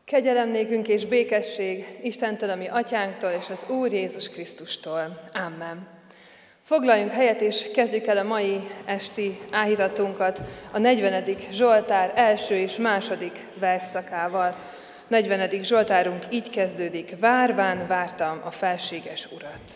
Kegyelem nékünk és békesség Istentől, a mi atyánktól és az Úr Jézus Krisztustól. Amen. Foglaljunk helyet és kezdjük el a mai esti áhítatunkat a 40. Zsoltár első és második versszakával. 40. Zsoltárunk így kezdődik: Várván vártam a felséges Urat.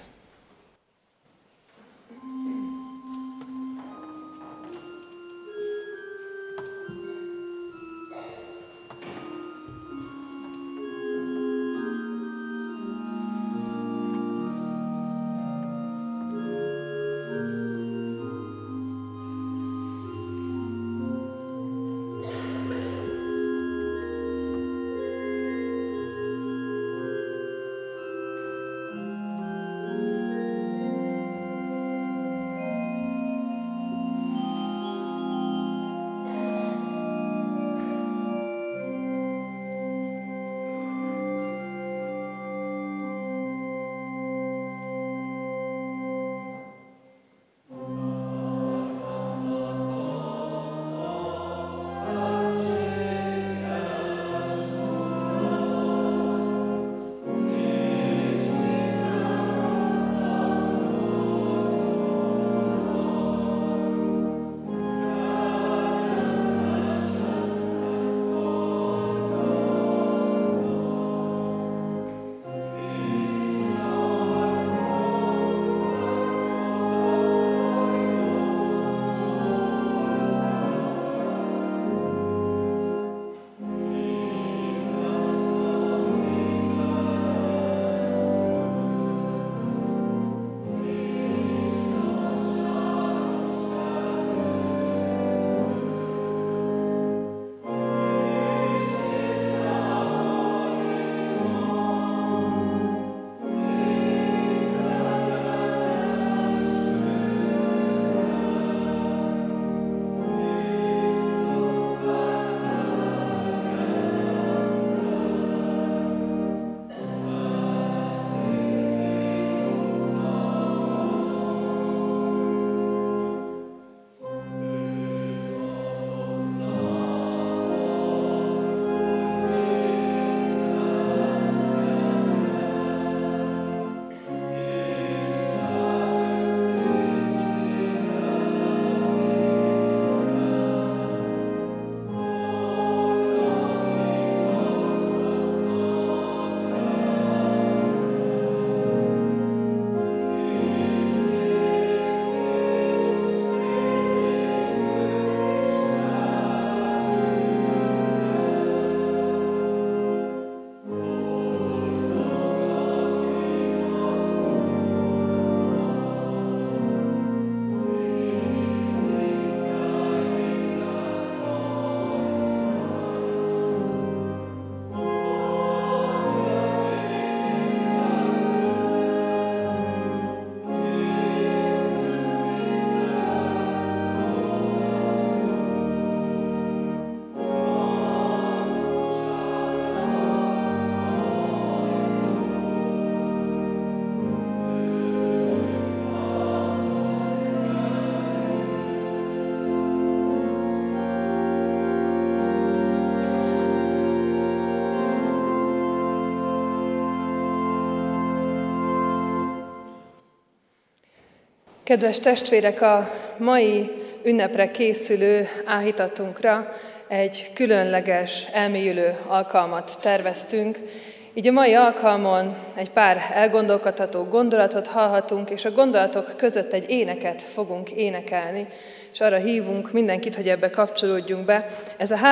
Kedves testvérek, a mai ünnepre készülő áhítatunkra egy különleges, elmélyülő alkalmat terveztünk. Így a mai alkalmon egy pár elgondolkodható gondolatot hallhatunk, és a gondolatok között egy éneket fogunk énekelni, és arra hívunk mindenkit, hogy ebbe kapcsolódjunk be. Ez a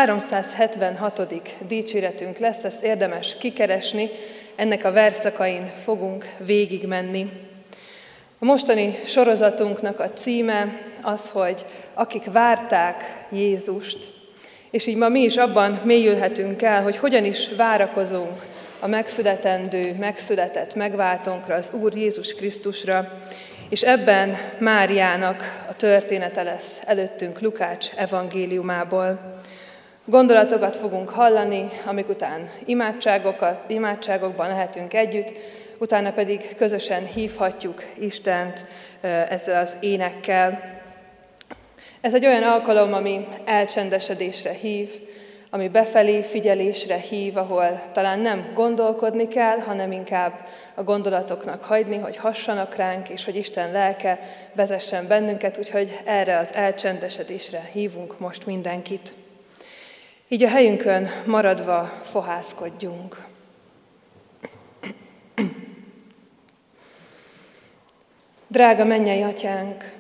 376. dicséretünk lesz, ezt érdemes kikeresni, ennek a versszakain fogunk végigmenni. A mostani sorozatunknak a címe az, hogy akik várták Jézust, és így ma mi is abban mélyülhetünk el, hogy hogyan is várakozunk a megszületendő, megszületett megváltónkra, az Úr Jézus Krisztusra, és ebben Máriának a története lesz előttünk Lukács evangéliumából. Gondolatokat fogunk hallani, amik után imádságokban lehetünk együtt, utána pedig közösen hívhatjuk Istent ezzel az énekkel. Ez egy olyan alkalom, ami elcsendesedésre hív, ami befelé figyelésre hív, ahol talán nem gondolkodni kell, hanem inkább a gondolatoknak hagyni, hogy hassanak ránk, és hogy Isten lelke vezessen bennünket, úgyhogy erre az elcsendesedésre hívunk most mindenkit. Így a helyünkön maradva fohászkodjunk. Drága mennyei Atyánk,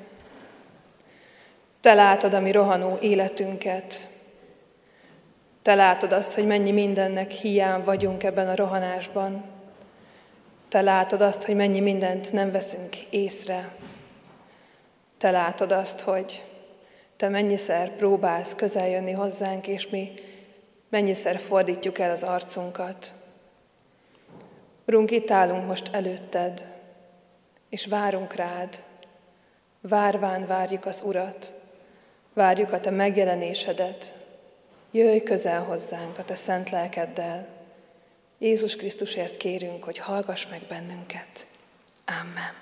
Te látod a mi rohanó életünket. Te látod azt, hogy mennyi mindennek hiány vagyunk ebben a rohanásban. Te látod azt, hogy mennyi mindent nem veszünk észre. Te látod azt, hogy Te mennyiszer próbálsz közel jönni hozzánk, és mi mennyiszer fordítjuk el az arcunkat. Urunk, itt állunk most előtted, és várunk rád. Várván várjuk az Urat, várjuk a Te megjelenésedet. Jöjj közel hozzánk a Te szent lelkeddel. Jézus Krisztusért kérünk, hogy hallgass meg bennünket. Amen.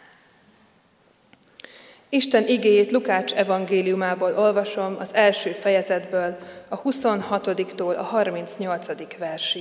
Isten igéjét Lukács evangéliumából olvasom az első fejezetből, a 26-tól a 38. versig.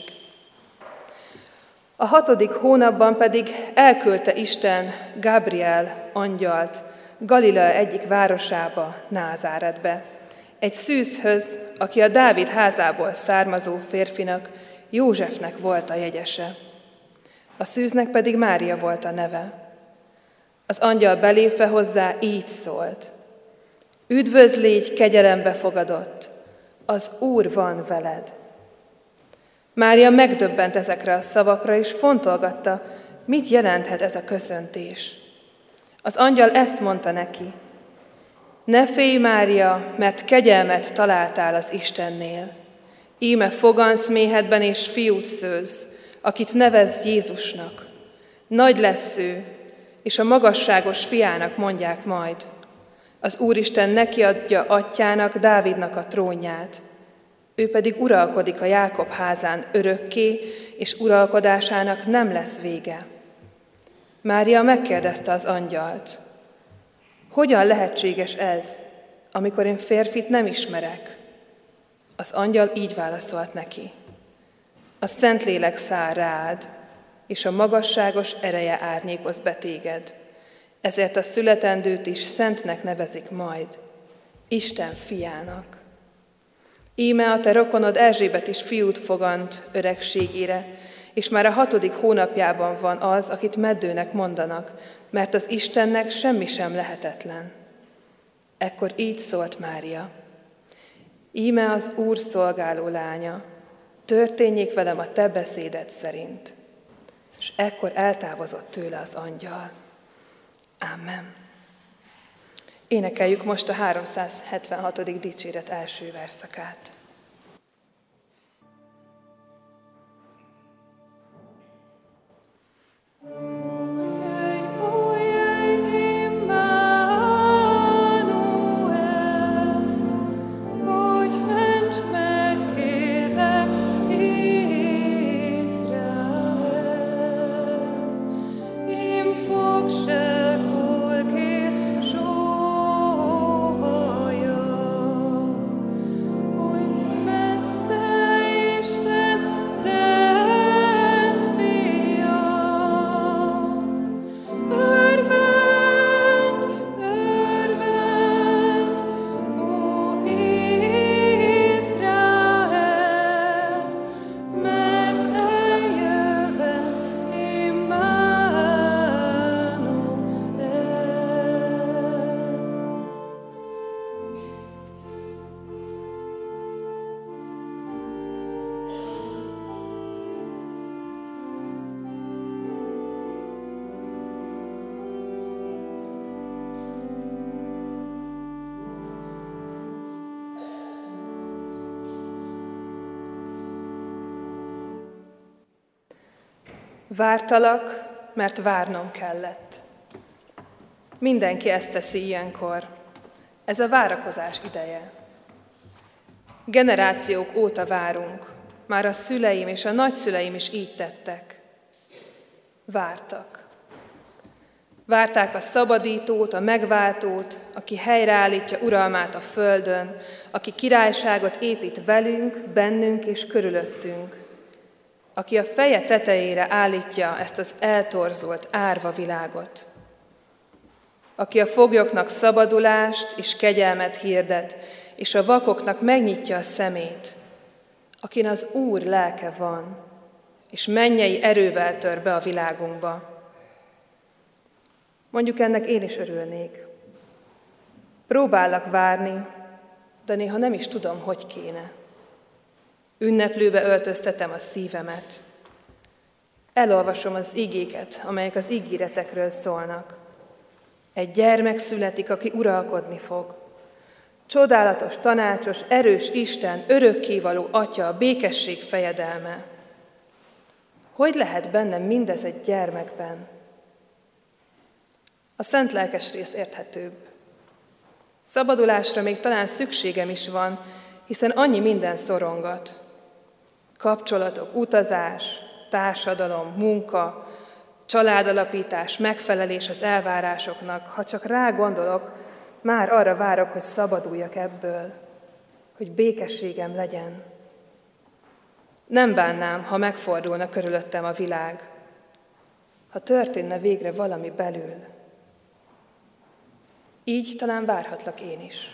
A 6. hónapban pedig elküldte Isten Gabriel angyalt Galilea egyik városába, Názáretbe, egy szűzhöz, aki a Dávid házából származó férfinak, Józsefnek volt a jegyese. A szűznek pedig Mária volt a neve. Az angyal belépve hozzá így szólt: Üdvözl, légy kegyelembe fogadott, az Úr van veled. Mária megdöbbent ezekre a szavakra, és fontolgatta, mit jelenthet ez a köszöntés. Az angyal ezt mondta neki: Ne félj, Mária, mert kegyelmet találtál az Istennél. Íme fogansz méhedben, és fiút szősz, akit nevezz Jézusnak. Nagy lesz ő, és a magasságos fiának mondják majd. Az Úristen neki adja atyának, Dávidnak a trónját. Ő pedig uralkodik a Jákob házán örökké, és uralkodásának nem lesz vége. Mária megkérdezte az angyalt: Hogyan lehetséges ez, amikor én férfit nem ismerek? Az angyal így válaszolt neki: A Szentlélek száll rád, és a magasságos ereje árnyékoz be téged. Ezért a születendőt is szentnek nevezik majd, Isten fiának. Íme a te rokonod Erzsébet is fiút fogant öregségére, és már a 6. hónapjában van az, akit meddőnek mondanak, mert az Istennek semmi sem lehetetlen. Ekkor így szólt Mária: Íme az Úr szolgáló lánya, történjék velem a te beszéded szerint. És ekkor eltávozott tőle az angyal. Amen. Énekeljük most a 376. dicséret első verszakát. Vártalak, mert várnom kellett. Mindenki ezt teszi ilyenkor. Ez a várakozás ideje. Generációk óta várunk. Már a szüleim és a nagyszüleim is így tettek. Vártak. Várták a szabadítót, a megváltót, aki helyreállítja uralmát a földön, aki királyságot épít velünk, bennünk és körülöttünk, aki a feje tetejére állítja ezt az eltorzolt árva világot, aki a foglyoknak szabadulást és kegyelmet hirdet, és a vakoknak megnyitja a szemét, akin az Úr lelke van, és mennyei erővel tör be a világunkba. Mondjuk ennek én is örülnék. Próbállak várni, de néha nem is tudom, hogy kéne. Ünneplőbe öltöztetem a szívemet. Elolvasom az igéket, amelyek az ígéretekről szólnak. Egy gyermek születik, aki uralkodni fog. Csodálatos, tanácsos, erős Isten, örökkévaló Atya, a békesség fejedelme. Hogy lehet bennem mindez egy gyermekben? A szent lelkes rész érthetőbb. Szabadulásra még talán szükségem is van, hiszen annyi minden szorongat. Kapcsolatok, utazás, társadalom, munka, családalapítás, megfelelés az elvárásoknak. Ha csak rá gondolok, már arra várok, hogy szabaduljak ebből, hogy békességem legyen. Nem bánnám, ha megfordulna körülöttem a világ, ha történne végre valami belül. Így talán várhatlak én is.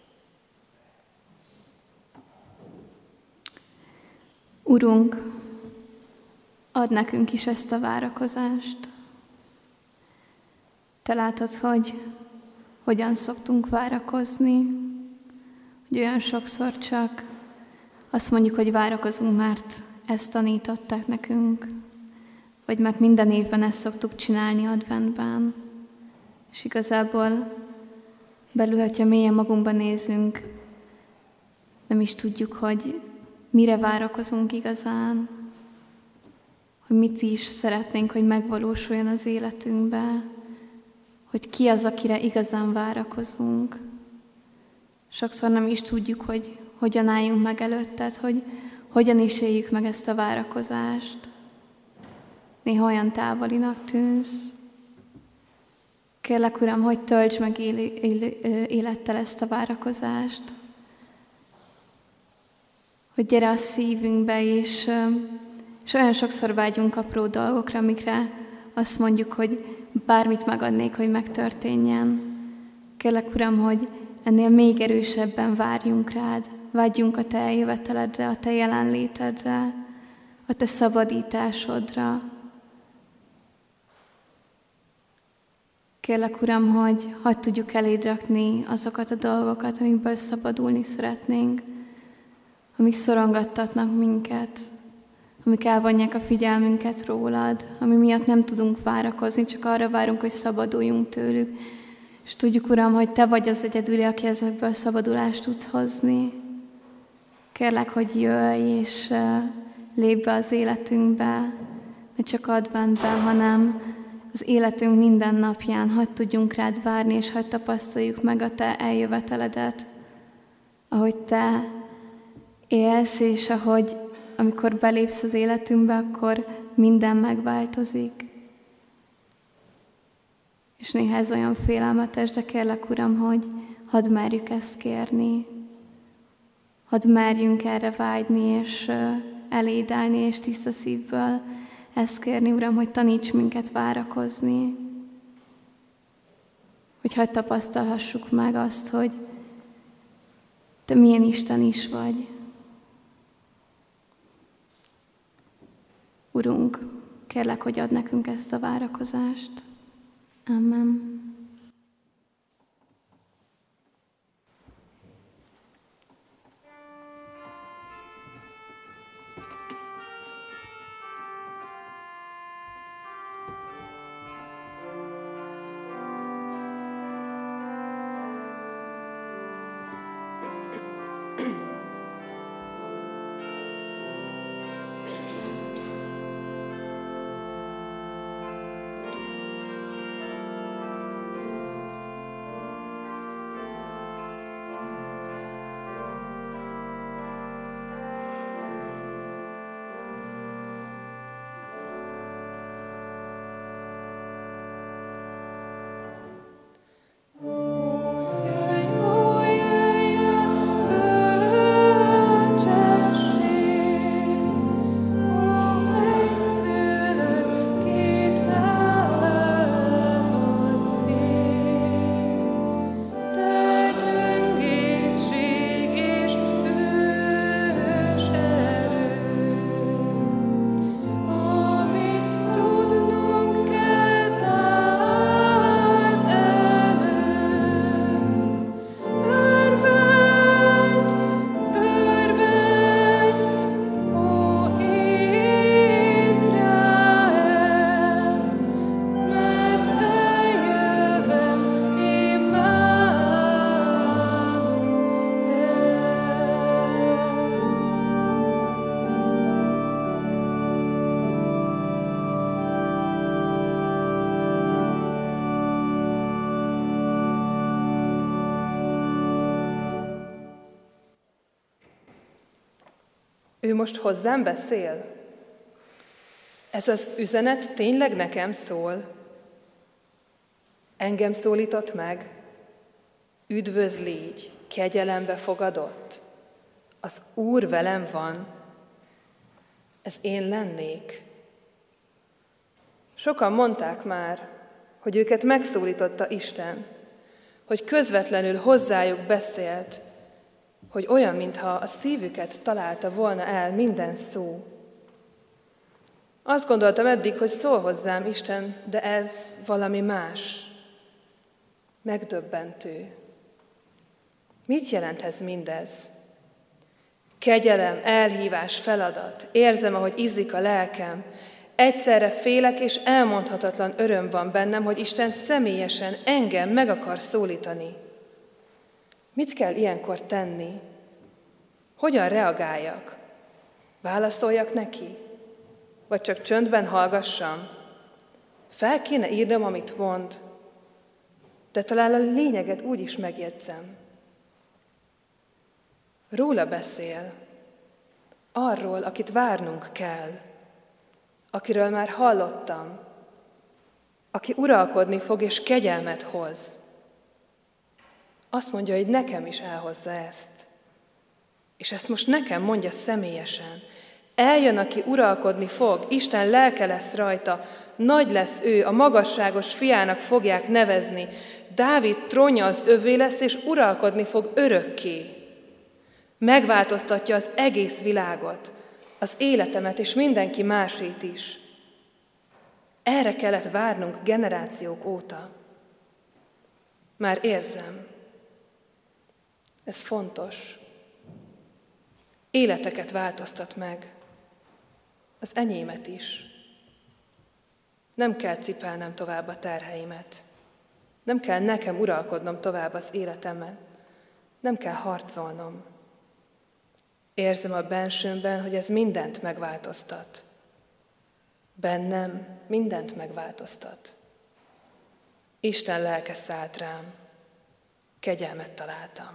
Urunk, add nekünk is ezt a várakozást. Te látod, hogy hogyan szoktunk várakozni, hogy olyan sokszor csak azt mondjuk, hogy várakozunk, mert ezt tanították nekünk, vagy mert minden évben ezt szoktuk csinálni adventben. És igazából belül, hogyha mélyen magunkba nézünk, nem is tudjuk, hogy mire várakozunk igazán, hogy mit is szeretnénk, hogy megvalósuljon az életünkbe, hogy ki az, akire igazán várakozunk. Sokszor nem is tudjuk, hogy hogyan álljunk meg előtted, hogy hogyan is éljük meg ezt a várakozást. Néha olyan távolinak tűnsz. Kérlek, Uram, hogy töltsd meg élettel ezt a várakozást. Hogy gyere a szívünkbe, és olyan sokszor vágyunk apró dolgokra, amikre azt mondjuk, hogy bármit megadnék, hogy megtörténjen. Kérlek, Uram, hogy ennél még erősebben várjunk rád, vágyjunk a te eljöveteledre, a te jelenlétedre, a te szabadításodra. Kérlek, Uram, hogy hadd tudjuk eléd rakni azokat a dolgokat, amikből szabadulni szeretnénk, amik szorongattatnak minket, amik elvonják a figyelmünket rólad, ami miatt nem tudunk várakozni, csak arra várunk, hogy szabaduljunk tőlük. És tudjuk, Uram, hogy te vagy az egyedüli, aki ezekből szabadulást tudsz hozni. Kérlek, hogy jöjj és lépj be az életünkbe, ne csak adventben, hanem az életünk minden napján hadd tudjunk rád várni, és hadd tapasztaljuk meg a te eljöveteledet, ahogy te élsz, és ahogy amikor belépsz az életünkbe, akkor minden megváltozik. És néha ez olyan félelmetes, de kérlek, Uram, hogy hadd merjük ezt kérni. Hadd merjünk erre vágyni, és eléd állni, és tiszta szívből ezt kérni, Uram, hogy taníts minket várakozni. Hogy hadd tapasztalhassuk meg azt, hogy te milyen Isten is vagy. Urunk, kérlek, hogy add nekünk ezt a várakozást. Amen. Ő most hozzám beszél? Ez az üzenet tényleg nekem szól? Engem szólított meg? Üdvöz légy, kegyelembe fogadott. Az Úr velem van. Ez én lennék. Sokan mondták már, hogy őket megszólította Isten, hogy közvetlenül hozzájuk beszélt, hogy olyan, mintha a szívüket találta volna el minden szó. Azt gondoltam eddig, hogy szól hozzám Isten, de ez valami más. Megdöbbentő. Mit jelenthez mindez? Kegyelem, elhívás, feladat. Érzem, ahogy izzik a lelkem. Egyszerre félek és elmondhatatlan öröm van bennem, hogy Isten személyesen engem meg akar szólítani. Mit kell ilyenkor tenni? Hogyan reagáljak? Válaszoljak neki? Vagy csak csöndben hallgassam? Fel kéne írnom, amit mond, de talán a lényeget úgy is megjegyzem. Róla beszél, arról, akit várnunk kell, akiről már hallottam, aki uralkodni fog és kegyelmet hoz. Azt mondja, hogy nekem is elhozza ezt. És ezt most nekem mondja személyesen. Eljön, aki uralkodni fog, Isten lelke lesz rajta, nagy lesz ő, a magasságos fiának fogják nevezni. Dávid trónja az övé lesz, és uralkodni fog örökké. Megváltoztatja az egész világot, az életemet és mindenki másét is. Erre kellett várnunk generációk óta. Már érzem. Ez fontos. Életeket változtat meg. Az enyémet is. Nem kell cipelnem tovább a terheimet. Nem kell nekem uralkodnom tovább az életemen. Nem kell harcolnom. Érzem a bensőmben, hogy ez mindent megváltoztat. Bennem mindent megváltoztat. Isten lelke szállt rám. Kegyelmet találtam.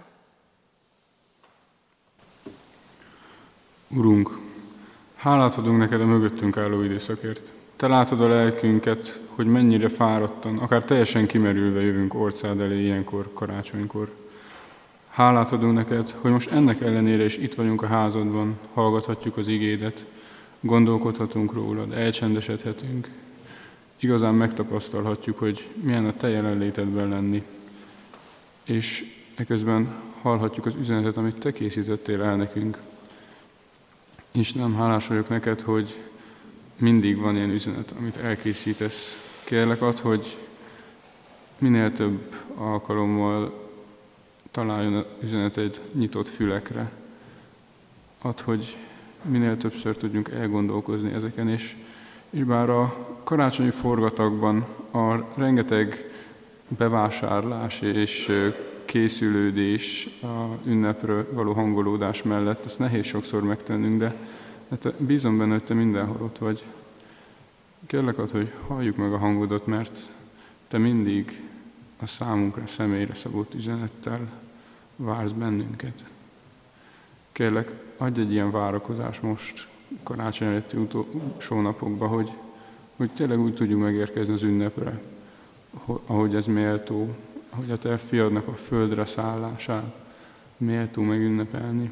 Urunk, hálát adunk neked a mögöttünk álló időszakért. Te látod a lelkünket, hogy mennyire fáradtan, akár teljesen kimerülve jövünk orcád elé ilyenkor, karácsonykor. Hálát adunk neked, hogy most ennek ellenére is itt vagyunk a házadban, hallgathatjuk az igédet, gondolkodhatunk rólad, elcsendesedhetünk. Igazán megtapasztalhatjuk, hogy milyen a te jelenlétedben lenni. És eközben hallhatjuk az üzenetet, amit te készítettél el nekünk. Istenem, hálás vagyok neked, hogy mindig van ilyen üzenet, amit elkészítesz. Kérlek add, hogy minél több alkalommal találjon az üzenet egy nyitott fülekre. Add, hogy minél többször tudjunk elgondolkozni ezeken, és bár a karácsonyi forgatagban a rengeteg bevásárlás és készülődés a ünnepről való hangolódás mellett, ezt nehéz sokszor megtennünk, de bízom benne, hogy te mindenhol ott vagy. Kérlek add, hogy halljuk meg a hangodat, mert te mindig a számunkra személyre szabott üzenettel vársz bennünket. Kérlek, adj egy ilyen várakozás most karácsony előtti utolsó napokban, hogy tényleg úgy tudjuk megérkezni az ünnepre, ahogy ez méltó, ahogy a te fiadnak a földre szállását méltó megünnepelni.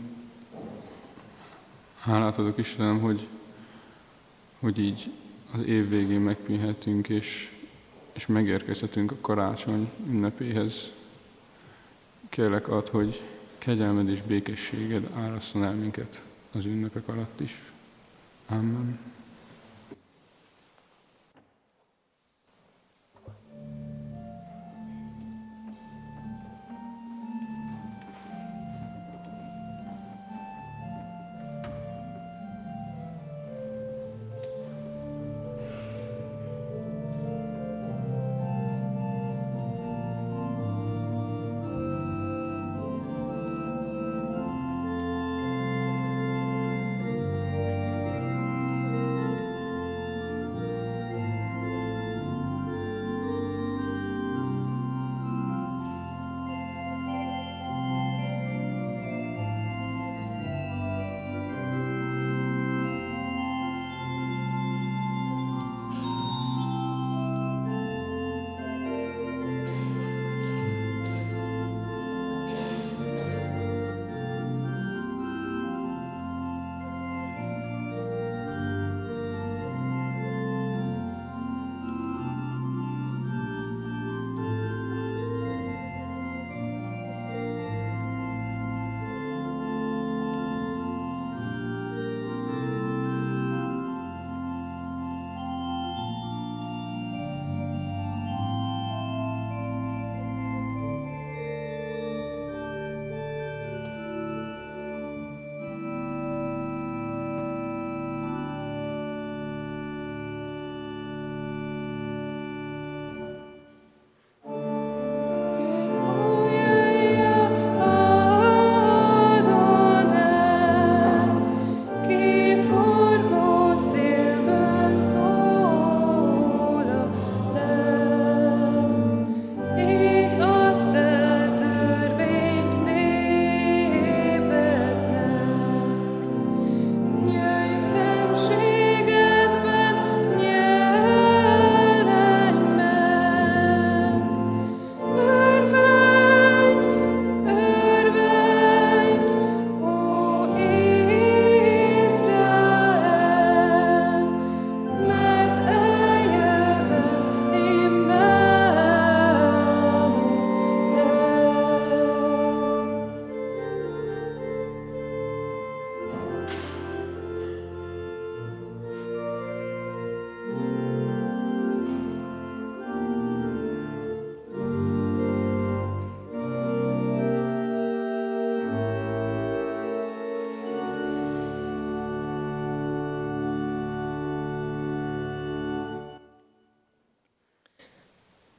Hálát adok Istenem, hogy így az év végén megpihenhetünk, és megérkezhetünk a karácsony ünnepéhez. Kérlek add, hogy kegyelmed és békességed árasszon el minket az ünnepek alatt is. Amen.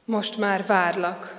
most már várlak.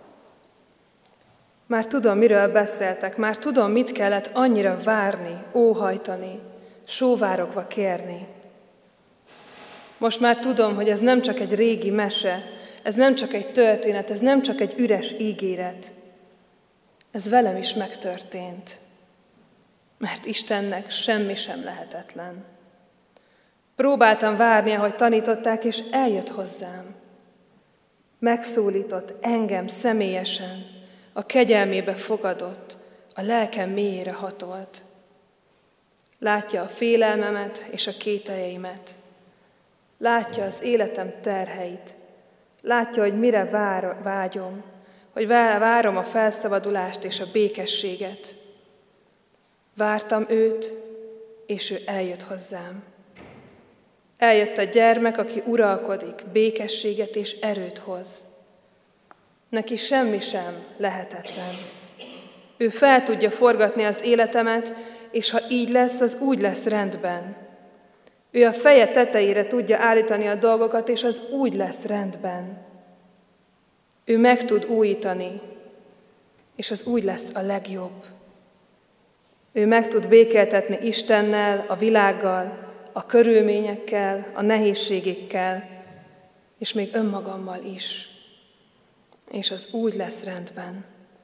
Már tudom, miről beszéltek, már tudom, mit kellett annyira várni, óhajtani, sóvárogva kérni. Most már tudom, hogy ez nem csak egy régi mese, ez nem csak egy történet, ez nem csak egy üres ígéret. Ez velem is megtörtént, mert Istennek semmi sem lehetetlen. Próbáltam várni, ahogy tanították, és eljött hozzám. Megszólított engem személyesen, a kegyelmébe fogadott, a lelkem mélyére hatolt. Látja a félelmemet és a kételjeimet. Látja az életem terheit. Látja, hogy mire vágyom, hogy várom a felszabadulást és a békességet. Vártam őt, és ő eljött hozzám. Eljött a gyermek, aki uralkodik, békességet és erőt hoz. Neki semmi sem lehetetlen. Ő fel tudja forgatni az életemet, és ha így lesz, az úgy lesz rendben. Ő a feje tetejére tudja állítani a dolgokat, és az úgy lesz rendben. Ő meg tud újítani, és az úgy lesz a legjobb. Ő meg tud békéltetni Istennel, a világgal, a körülményekkel, a nehézségekkel, és még önmagammal is. És az úgy lesz rendben.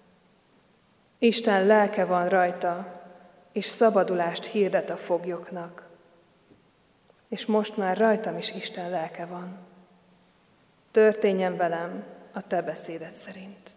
Isten lelke van rajta, és szabadulást hirdet a foglyoknak. És most már rajtam is Isten lelke van. Történjen velem a te beszéded szerint.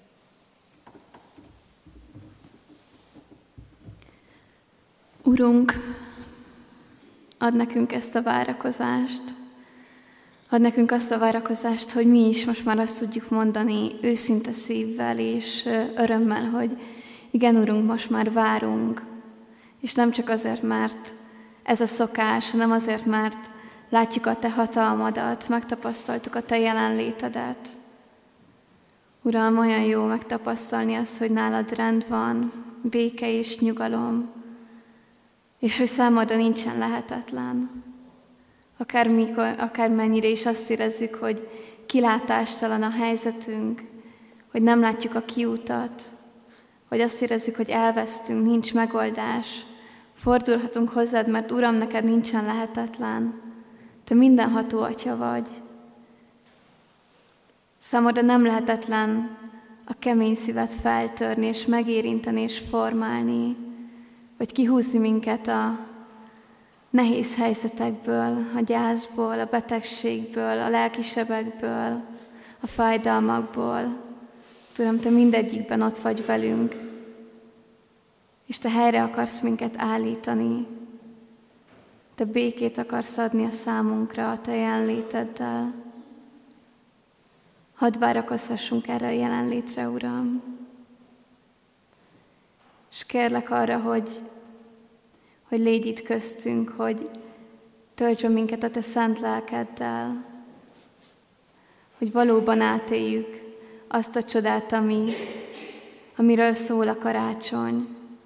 Urunk, add nekünk ezt a várakozást. Add nekünk azt a várakozást, hogy mi is most már azt tudjuk mondani őszinte szívvel és örömmel, hogy igen, Urunk, most már várunk. És nem csak azért, mert ez a szokás, hanem azért, mert látjuk a te hatalmadat, megtapasztaltuk a te jelenlétedet. Uram, olyan jó megtapasztalni azt, hogy nálad rend van, béke és nyugalom, és hogy számodra nincsen lehetetlen. Akármennyire is azt érezzük, hogy kilátástalan a helyzetünk, hogy nem látjuk a kiutat, hogy azt érezzük, hogy elvesztünk, nincs megoldás, fordulhatunk hozzád, mert Uram, neked nincsen lehetetlen. Te mindenható Atya vagy. Számodra nem lehetetlen a kemény szívet feltörni, és megérinteni, és formálni, vagy kihúzni minket a nehéz helyzetekből, a gyászból, a betegségből, a lelkisebekből, a fájdalmakból. Tudom, te mindegyikben ott vagy velünk, és te helyre akarsz minket állítani. Te békét akarsz adni a számunkra a te jelenléteddel. Hadd várakozhassunk erre a jelenlétre, Uram. És kérlek arra, hogy légy itt köztünk, hogy töltsön minket a te szent lelkeddel, hogy valóban átéljük azt a csodát, amiről szól a karácsony.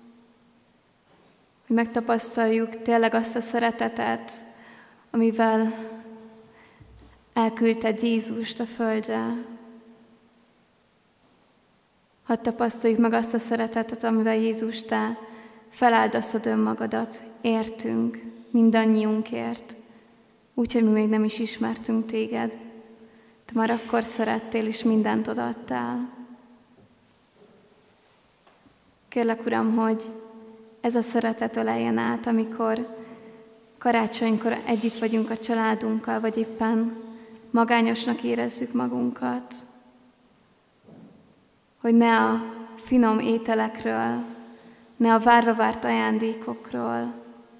Hogy megtapasztaljuk tényleg azt a szeretetet, amivel elküldted Jézust a földre. Hadd tapasztaljuk meg azt a szeretetet, amivel Jézus, te feláldoztad önmagadat, értünk, mindannyiunkért, úgyhogy mi még nem is ismertünk téged. Te már akkor szerettél, és mindent odaadtál. Kérlek, Uram, hogy ez a szeretet öleljen át, amikor karácsonykor együtt vagyunk a családunkkal, vagy éppen magányosnak érezzük magunkat. Hogy ne a finom ételekről, ne a várva várt ajándékokról,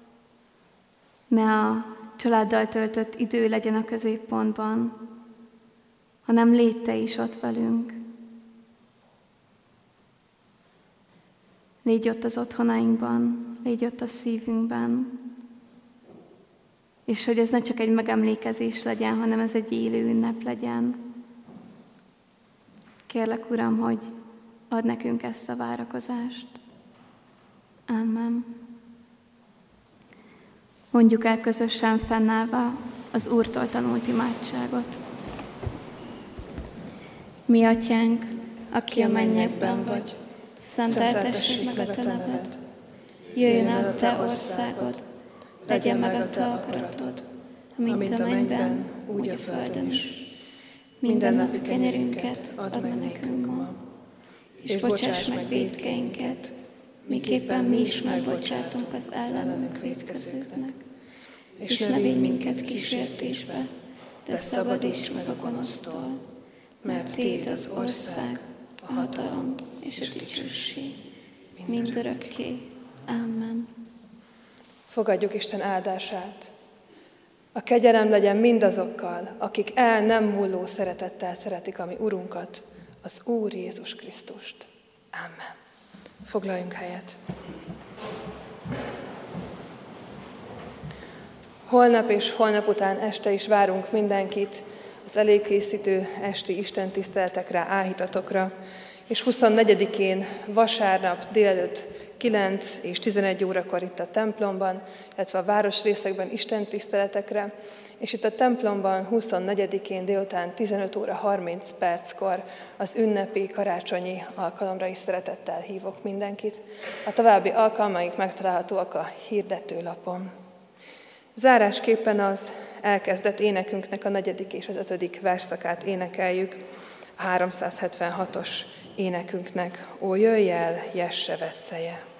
ne a családdal töltött idő legyen a középpontban, hanem légy te is ott velünk. Légy ott az otthonainkban, légy ott a szívünkben, és hogy ez ne csak egy megemlékezés legyen, hanem ez egy élő ünnep legyen. Kérlek, Uram, hogy add nekünk ezt a várakozást. Amen. Mondjuk el közösen fennállva az Úrtól tanult imádságot. Mi atyánk, aki a mennyekben vagy, szenteltessék meg a te neved. Jöjjön el a te országod, legyen meg a te akaratod, mint a mennyben, úgy a földön is. Mindennapi kenyerünket add meg nekünk ma, és bocsáss meg vétkeinket, miképpen mi is megbocsátunk az ellenünk vétkezőknek. És ne vigy minket kísértésbe, de szabadíts meg a gonosztól, mert Téd az ország, a hatalom és a dicsőség, mindörökké. Amen. Fogadjuk Isten áldását. A kegyelem legyen mindazokkal, akik el nem múló szeretettel szeretik a mi Urunkat, az Úr Jézus Krisztust. Amen. Foglaljunk helyet. Holnap és holnap után este is várunk mindenkit az előkészítő esti istentiszteletekre, áhítatokra, és 24-én vasárnap délelőtt 9 és 11 órakor itt a templomban, illetve a városrészekben istentiszteletekre, és itt a templomban 24-én délután 15 óra 30 perckor az ünnepi karácsonyi alkalomra is szeretettel hívok mindenkit. A további alkalmaink megtalálhatóak a hirdetőlapon. Zárásképpen az elkezdett énekünknek a 4. és az 5. versszakát énekeljük, a 376-os énekünknek. Ó, jöjj el, Jesse vesszeje!